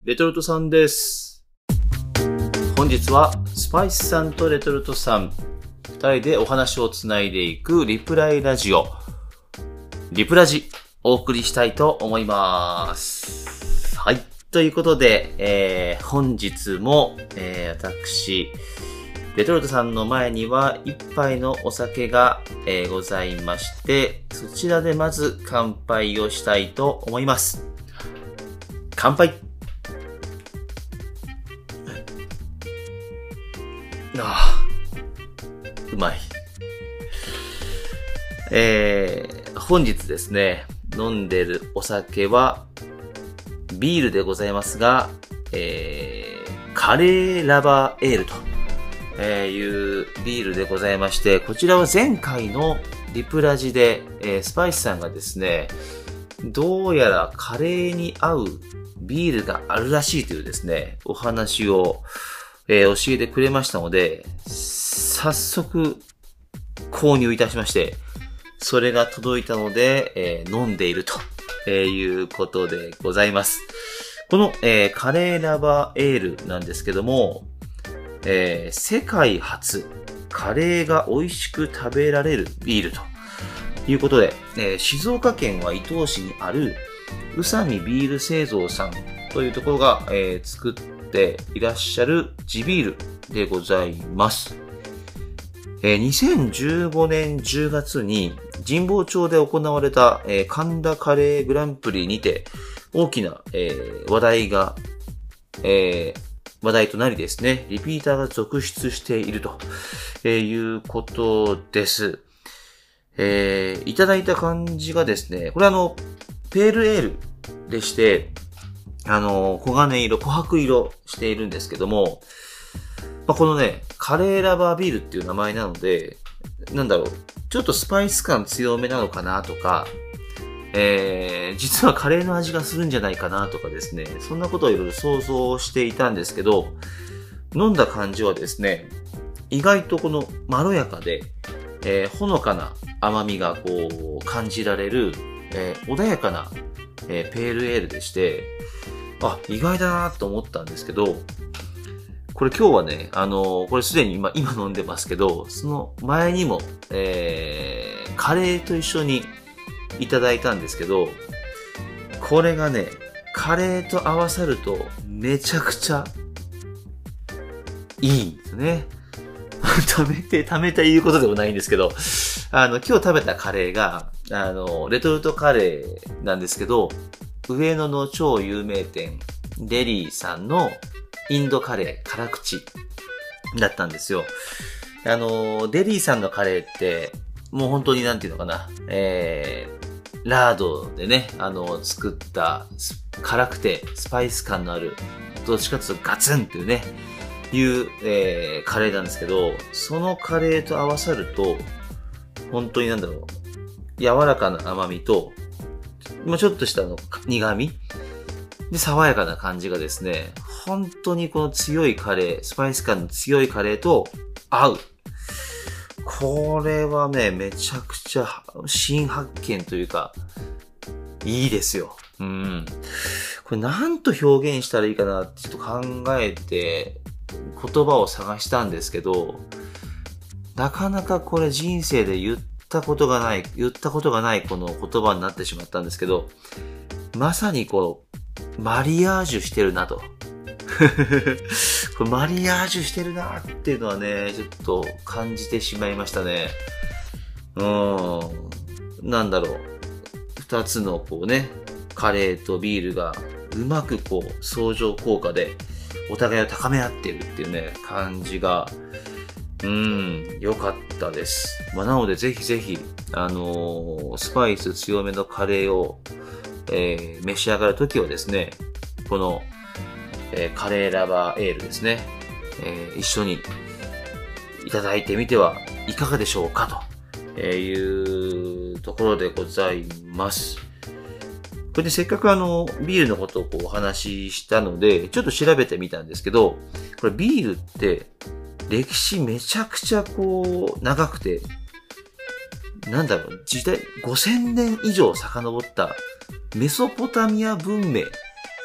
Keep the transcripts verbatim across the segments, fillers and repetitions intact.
レトルトさんです。本日はスパイスさんとレトルトさんふたりでお話をつないでいくリプライラジオリプラジお送りしたいと思います。はい、ということで、えー、本日も、えー、私レトルトさんの前には一杯のお酒が、えー、ございまして、そちらでまず乾杯をしたいと思います。乾杯。ああ、うまい。えー、本日ですね、飲んでるお酒はビールでございますが、えー、カレーラバーエールとえー、いうビールでございまして、こちらは前回のリプラジで、えー、スパイスさんがですね、どうやらカレーに合うビールがあるらしいというですね、お話を、えー、教えてくれましたので、早速購入いたしまして、それが届いたので、えー、飲んでいるということでございます。この、えー、カレーラバーエールなんですけども、えー、世界初カレーが美味しく食べられるビールということで、えー、静岡県は伊東市にある宇佐美ビール製造さんというところが、えー、作っていらっしゃる地ビールでございます。えー、にせんじゅうごねんじゅうがつに神保町で行われた、えー、神田カレーグランプリにて大きな、えー、話題が、えー話題となりですね、リピーターが続出しているということです。えー、いただいた感じがですね、これあの、ペールエールでして、あの、黄金色、琥珀色しているんですけども、まあ、このね、カレーラバービールっていう名前なので、なんだろう、ちょっとスパイス感強めなのかなとか、えー、実はカレーの味がするんじゃないかなとかですね、そんなことをいろいろ想像していたんですけど、飲んだ感じはですね、意外とこのまろやかで、えー、ほのかな甘みがこう感じられる、えー、穏やかな、えー、ペールエールでして、あ、意外だなと思ったんですけど、これ今日はね、あのー、これすでに今、今飲んでますけど、その前にも、えー、カレーと一緒にいただいたんですけど、これがね、カレーと合わさるとめちゃくちゃいいんですね。食べて、食べて言うことでもないんですけど、あの、今日食べたカレーが、あの、レトルトカレーなんですけど、上野の超有名店、デリーさんのインドカレー辛口だったんですよ。あの、デリーさんのカレーって、もう本当になんていうのかな、えー、ラードでね、あの、作った辛くてスパイス感のある、どっちかというとガツンっていうね、いう、えー、カレーなんですけど、そのカレーと合わさると、本当になんだろう、柔らかな甘みと、まあ、ちょっとしたの苦味で、爽やかな感じがですね、本当にこの強いカレー、スパイス感の強いカレーと合う。これはね、めちゃくちゃ新発見というか、いいですよ。うん。これなんと表現したらいいかなってちょっと考えて言葉を探したんですけど、なかなかこれ人生で言ったことがない、言ったことがないこの言葉になってしまったんですけど、まさにこう、マリアージュしてるなと。これマリアージュしてるなっていうのはね、ちょっと感じてしまいましたね。うーん。なんだろう。二つのこうね、カレーとビールがうまくこう相乗効果でお互いを高め合っているっていうね、感じが、うーん、良かったです。まあ、なのでぜひぜひ、あのー、スパイス強めのカレーを、えー、召し上がるときはですね、このえー、カレーラバーエールですね、えー、一緒にいただいてみてはいかがでしょうかというところでございます。これでせっかくあのビールのことをこうお話ししたのでちょっと調べてみたんですけど、これビールって歴史めちゃくちゃこう長くて、なんだろう、時代ごせんねん以上遡ったメソポタミア文明、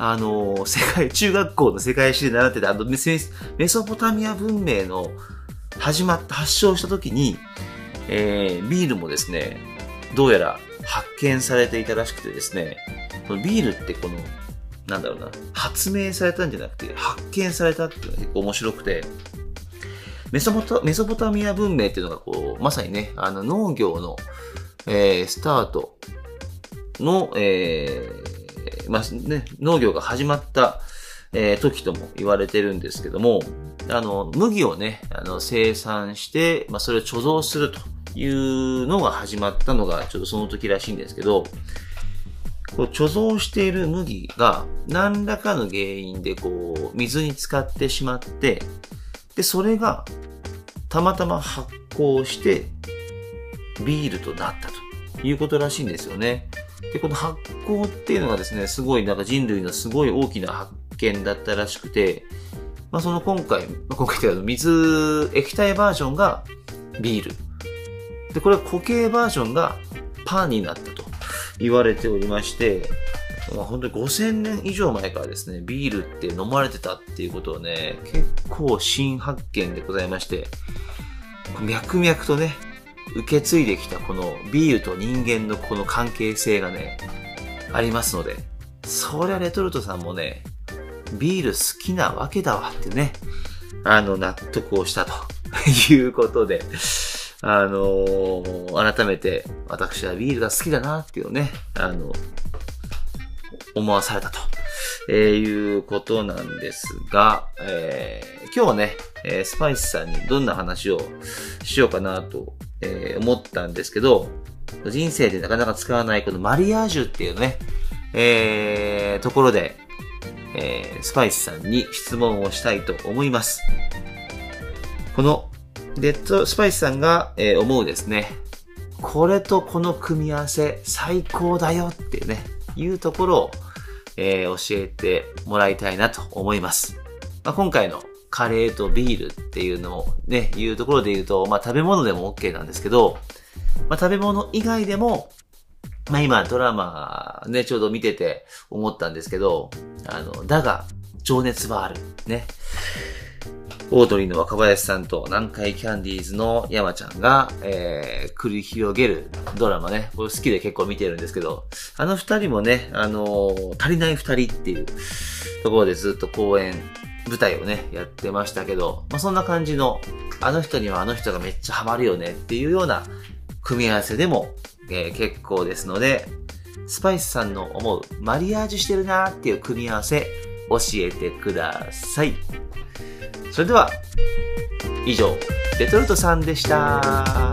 あの、世界、中学校の世界史で習ってた、あのメ、メソポタミア文明の始まった、発祥した時に、えー、ビールもですね、どうやら発見されていたらしくてですね、このビールってこの、なんだろうな、発明されたんじゃなくて、発見されたっていうのが結構面白くて、メソポタ、メソポタミア文明っていうのがこう、まさにね、あの農業の、えー、スタートの、えー、まあね、農業が始まった、えー、時とも言われてるんですけども、あの、麦をね、あの、生産して、まあ、それを貯蔵するというのが始まったのが、ちょっとその時らしいんですけど、こう貯蔵している麦が何らかの原因でこう水に浸かってしまって、で、それがたまたま発酵してビールとなったということらしいんですよね。で、この発酵っていうのがですね、すごいなんか人類のすごい大きな発見だったらしくて、まあその今回、まあ、今回というか水液体バージョンがビール。で、これは固形バージョンがパンになったと言われておりまして、まあ、本当にごせんねん以上前からですね、ビールって飲まれてたっていうことをね、結構新発見でございまして、脈々とね、受け継いできたこのビールと人間のこの関係性がね、ありますので、そりゃレトルトさんもね、ビール好きなわけだわってね、あの、納得をしたということで、あのー、改めて私はビールが好きだなっていうのをね、あの、思わされたと、えー、いうことなんですが、えー、今日はね、えー、スパイスさんにどんな話をしようかなと、えー、思ったんですけど、人生でなかなか使わないこのマリアージュっていうね、えー、ところで、えー、スパイスさんに質問をしたいと思います。このレッドスパイスさんが、えー、思うですね、これとこの組み合わせ最高だよっていうね、いうところを、えー、教えてもらいたいなと思います。まあ、今回のカレーとビールっていうのをね、いうところで言うと、まあ食べ物でも OK なんですけど、まあ食べ物以外でも、まあ今ドラマね、ちょうど見てて思ったんですけど、あの、だが情熱はある。ね。オードリーの若林さんと南海キャンディーズの山ちゃんが、えー、繰り広げるドラマね。これ好きで結構見てるんですけど、あの二人もね、あのー、足りない二人っていうところでずっと公演、舞台をね、やってましたけど、まあ、そんな感じの、あの人にはあの人がめっちゃハマるよねっていうような組み合わせでも、えー、結構ですので、スパイスさんの思うマリアージュしてるなーっていう組み合わせ、教えてください。それでは、以上、レトルトさんでした。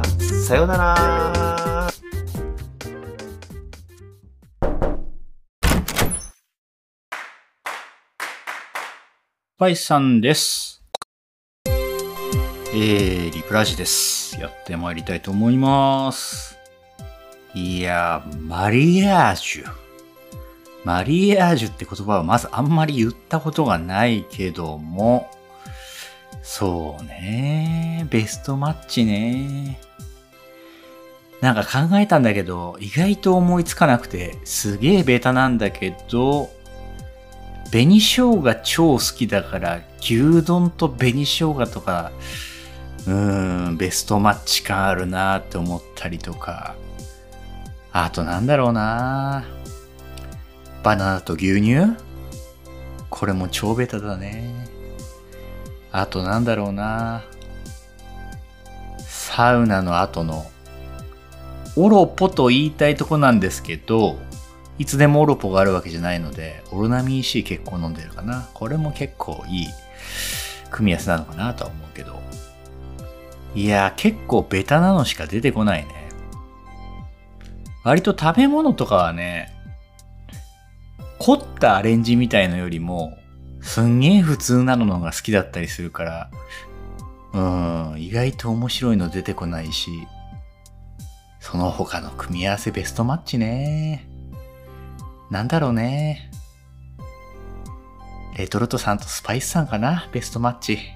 さようなら。 スパイスさんです。えー、リプラジです。やってまいりたいと思います。いやー、マリアージュ。マリアージュって言葉はまずあんまり言ったことがないけども、そうね、ベストマッチね。なんか考えたんだけど、意外と思いつかなくて、すげえベタなんだけど、紅生姜超好きだから、牛丼と紅生姜とか、うーん、ベストマッチ感あるなーって思ったりとか、あとなんだろうなー、バナナと牛乳？これも超ベタだね。あとなんだろうな、サウナの後のオロポと言いたいとこなんですけど、いつでもオロポがあるわけじゃないので、オロナミン C 結構飲んでるかな。これも結構いい組み合わせなのかなとは思うけど、いやー結構ベタなのしか出てこないね。割と食べ物とかはね、凝ったアレンジみたいのよりもすんげえ普通なのが好きだったりするから、うーん、意外と面白いの出てこないし、その他の組み合わせベストマッチね。なんだろうね。レトルトさんとスパイスさんかな、ベストマッチ。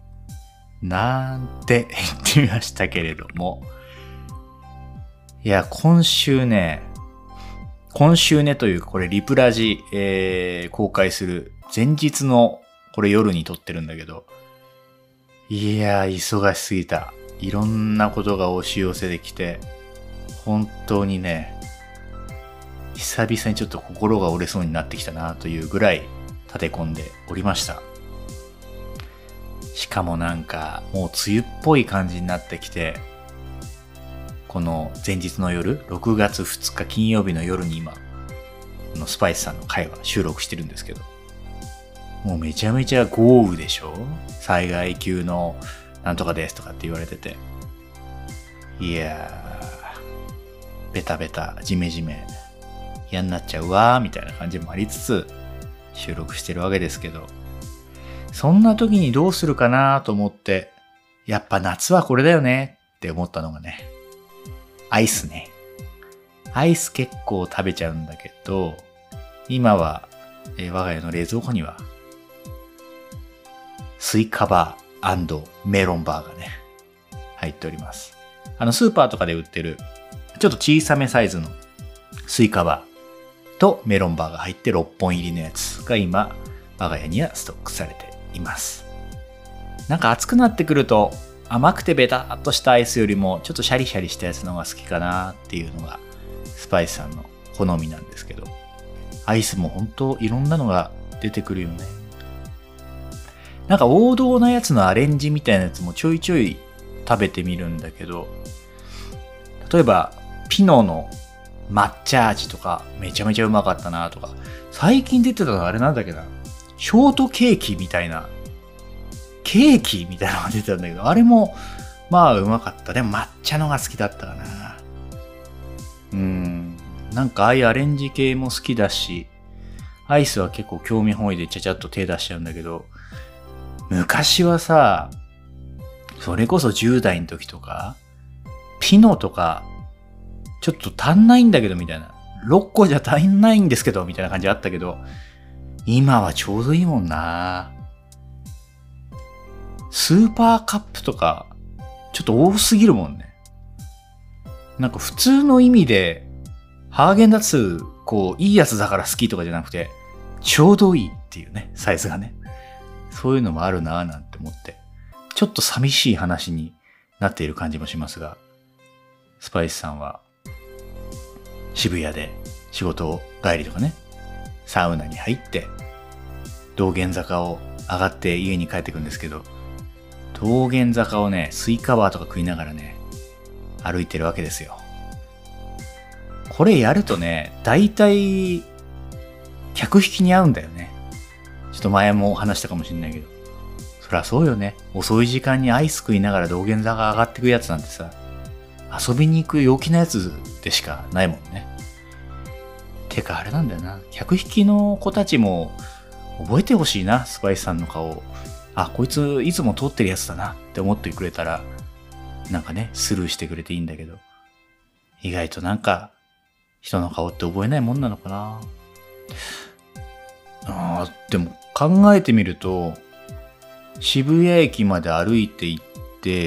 なんて言ってみましたけれども。いや、今週ね、 今週ねというか、これリプラジ、えー、公開する前日の、これ夜に撮ってるんだけど、いやー、忙しすぎた。いろんなことが押し寄せてきて、本当にね、久々にちょっと心が折れそうになってきたなというぐらい立て込んでおりました。しかもなんか、もう梅雨っぽい感じになってきて、この前日の夜、ろくがつふつか金曜日の夜に今、このスパイスさんの回は収録してるんですけど、もうめちゃめちゃ豪雨でしょ？災害級のなんとかですとかって言われてて。いやー、ベタベタ、ジメジメ、嫌になっちゃうわーみたいな感じもありつつ、収録してるわけですけど、そんな時にどうするかなと思って、やっぱ夏はこれだよねって思ったのがね、アイスね。アイス結構食べちゃうんだけど、今は、えー、我が家の冷蔵庫には、スイカバー&メロンバーがね、入っております。あの、スーパーとかで売ってる、ちょっと小さめサイズのスイカバーとメロンバーが入ってろっぽん入りのやつが今、我が家にはストックされています。なんか暑くなってくると、甘くてベタっとしたアイスよりもちょっとシャリシャリしたやつの方が好きかなっていうのがスパイスさんの好みなんですけど、アイスも本当いろんなのが出てくるよね。なんか王道なやつのアレンジみたいなやつもちょいちょい食べてみるんだけど、例えばピノの抹茶味とかめちゃめちゃうまかったなとか、最近出てたのあれなんだっけな、ショートケーキみたいなケーキみたいなのが出てたんだけど、あれもまあうまかった。でも抹茶のが好きだったかな。うーん、なんかああいうアレンジ系も好きだし、アイスは結構興味本位でちゃちゃっと手出しちゃうんだけど、昔はさ、それこそじゅう代の時とか、ピノとか、ちょっと足んないんだけどみたいな。ろっこじゃ足んないんですけどみたいな感じあったけど、今はちょうどいいもんな。スーパーカップとか、ちょっと多すぎるもんね。なんか普通の意味で、ハーゲンダッツ、こう、いいやつだから好きとかじゃなくて、ちょうどいいっていうね、サイズがね。そういうのもあるなぁなんて思って、ちょっと寂しい話になっている感じもしますが、スパイスさんは、渋谷で仕事帰りとかね、サウナに入って、道玄坂を上がって家に帰ってくるんですけど、道玄坂をね、スイカバーとか食いながらね、歩いてるわけですよ。これやるとね、大体、客引きに合うんだよね。ちょっと前も話したかもしれないけど。そりゃそうよね。遅い時間にアイス食いながら道玄坂上がってくやつなんてさ、遊びに行く陽気なやつでしかないもんね。てかあれなんだよな。客引きの子たちも覚えてほしいな、スパイスさんの顔。あ、こいついつも通ってるやつだなって思ってくれたら、なんかね、スルーしてくれていいんだけど、意外となんか、人の顔って覚えないもんなのかな。あー、でも考えてみると、渋谷駅まで歩いて行って、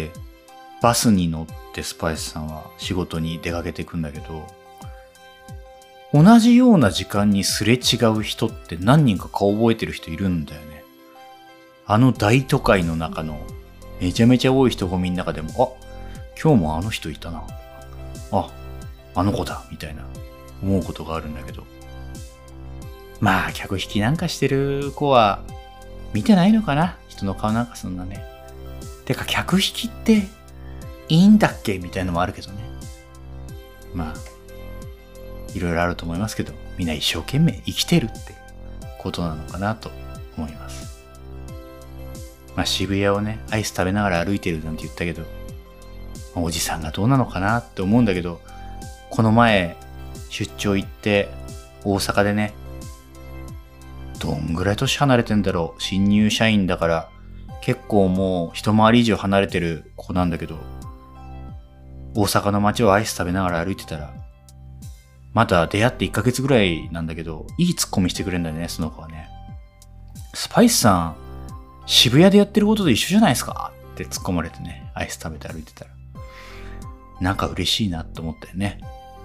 バスに乗ってスパイスさんは仕事に出かけていくんだけど、同じような時間にすれ違う人って何人か顔覚えてる人いるんだよね。あの大都会の中のめちゃめちゃ多い人混みの中でも、あ、今日もあの人いたな。あ、あの子だ、みたいな思うことがあるんだけど。まあ、客引きなんかしてる子は見てないのかな、人の顔なんかそんなね。てか、客引きっていいんだっけみたいなのもあるけどね。まあ、いろいろあると思いますけど、みんな一生懸命生きてるってことなのかなと思います。まあ渋谷をね、アイス食べながら歩いてるなんて言ったけど、おじさんがどうなのかなって思うんだけど、この前出張行って大阪でね、どんぐらい年離れてんだろう。新入社員だから結構もう一回り以上離れてる子なんだけど、大阪の街をアイス食べながら歩いてたら、まだ出会っていっかげつぐらいなんだけど、いいツッコミしてくれるんだよね、その子はね。スパイスさん、渋谷でやってることと一緒じゃないですかって突っ込まれてね、アイス食べて歩いてたら。なんか嬉しいなって思ったよね。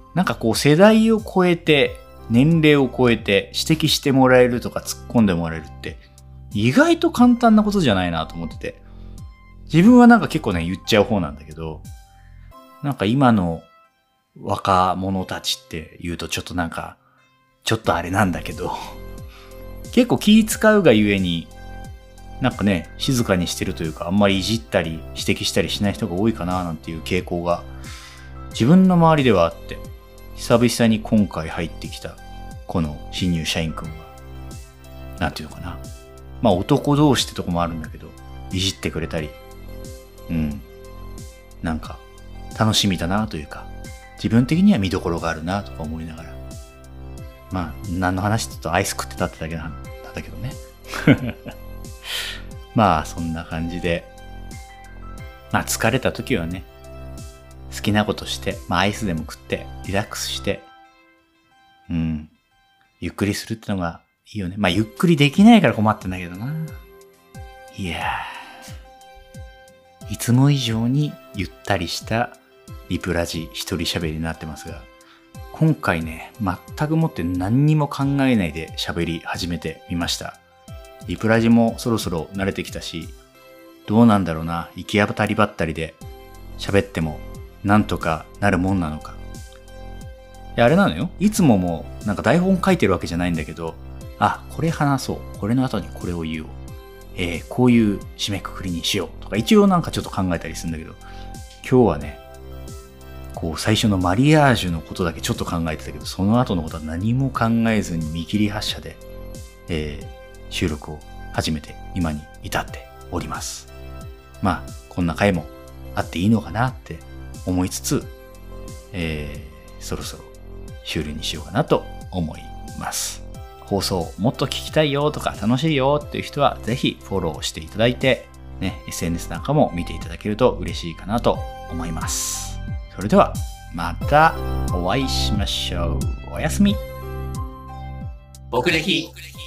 なんかこう世代を超えて、年齢を超えて指摘してもらえるとか突っ込んでもらえるって意外と簡単なことじゃないなと思ってて。自分はなんか結構ね言っちゃう方なんだけど、なんか今の若者たちって言うとちょっとなんか、ちょっとあれなんだけど、結構気使うがゆえに、なんかね、静かにしてるというか、あんまりいじったり指摘したりしない人が多いかななんていう傾向が自分の周りではあって、久々に今回入ってきたこの新入社員くんは、なんていうのかな。まあ男同士ってとこもあるんだけど、いじってくれたり、うん。なんか楽しみだなというか、自分的には見どころがあるなとか思いながら。まあ、何の話って言うとアイス食ってたってだけなんだけどね。まあ、そんな感じで。まあ、疲れた時はね、好きなことして、まあ、アイスでも食って、リラックスして、うん。ゆっくりするってのがいいよね。まあ、ゆっくりできないから困ってんだけどな。いやー。いつも以上にゆったりしたリプラジ一人喋りになってますが、今回ね、全くもって何にも考えないで喋り始めてみました。リプラジもそろそろ慣れてきたし、どうなんだろうな、行き当たりばったりで喋ってもなんとかなるもんなのか。いや、あれなのよ。いつももうなんか台本書いてるわけじゃないんだけど、あ、これ話そう。これの後にこれを言おう。えー、こういう締めくくりにしようとか一応なんかちょっと考えたりするんだけど、今日はね、こう最初のマリアージュのことだけちょっと考えてたけど、その後のことは何も考えずに見切り発車で、えー、収録を始めて今に至っております。まあ、こんな回もあっていいのかなって思いつつ、えー、そろそろ終了にしようかなと思います。放送もっと聞きたいよとか楽しいよっていう人はぜひフォローしていただいて、ね、エスエヌエス なんかも見ていただけると嬉しいかなと思います。それではまたお会いしましょう。おやすみ。 僕歴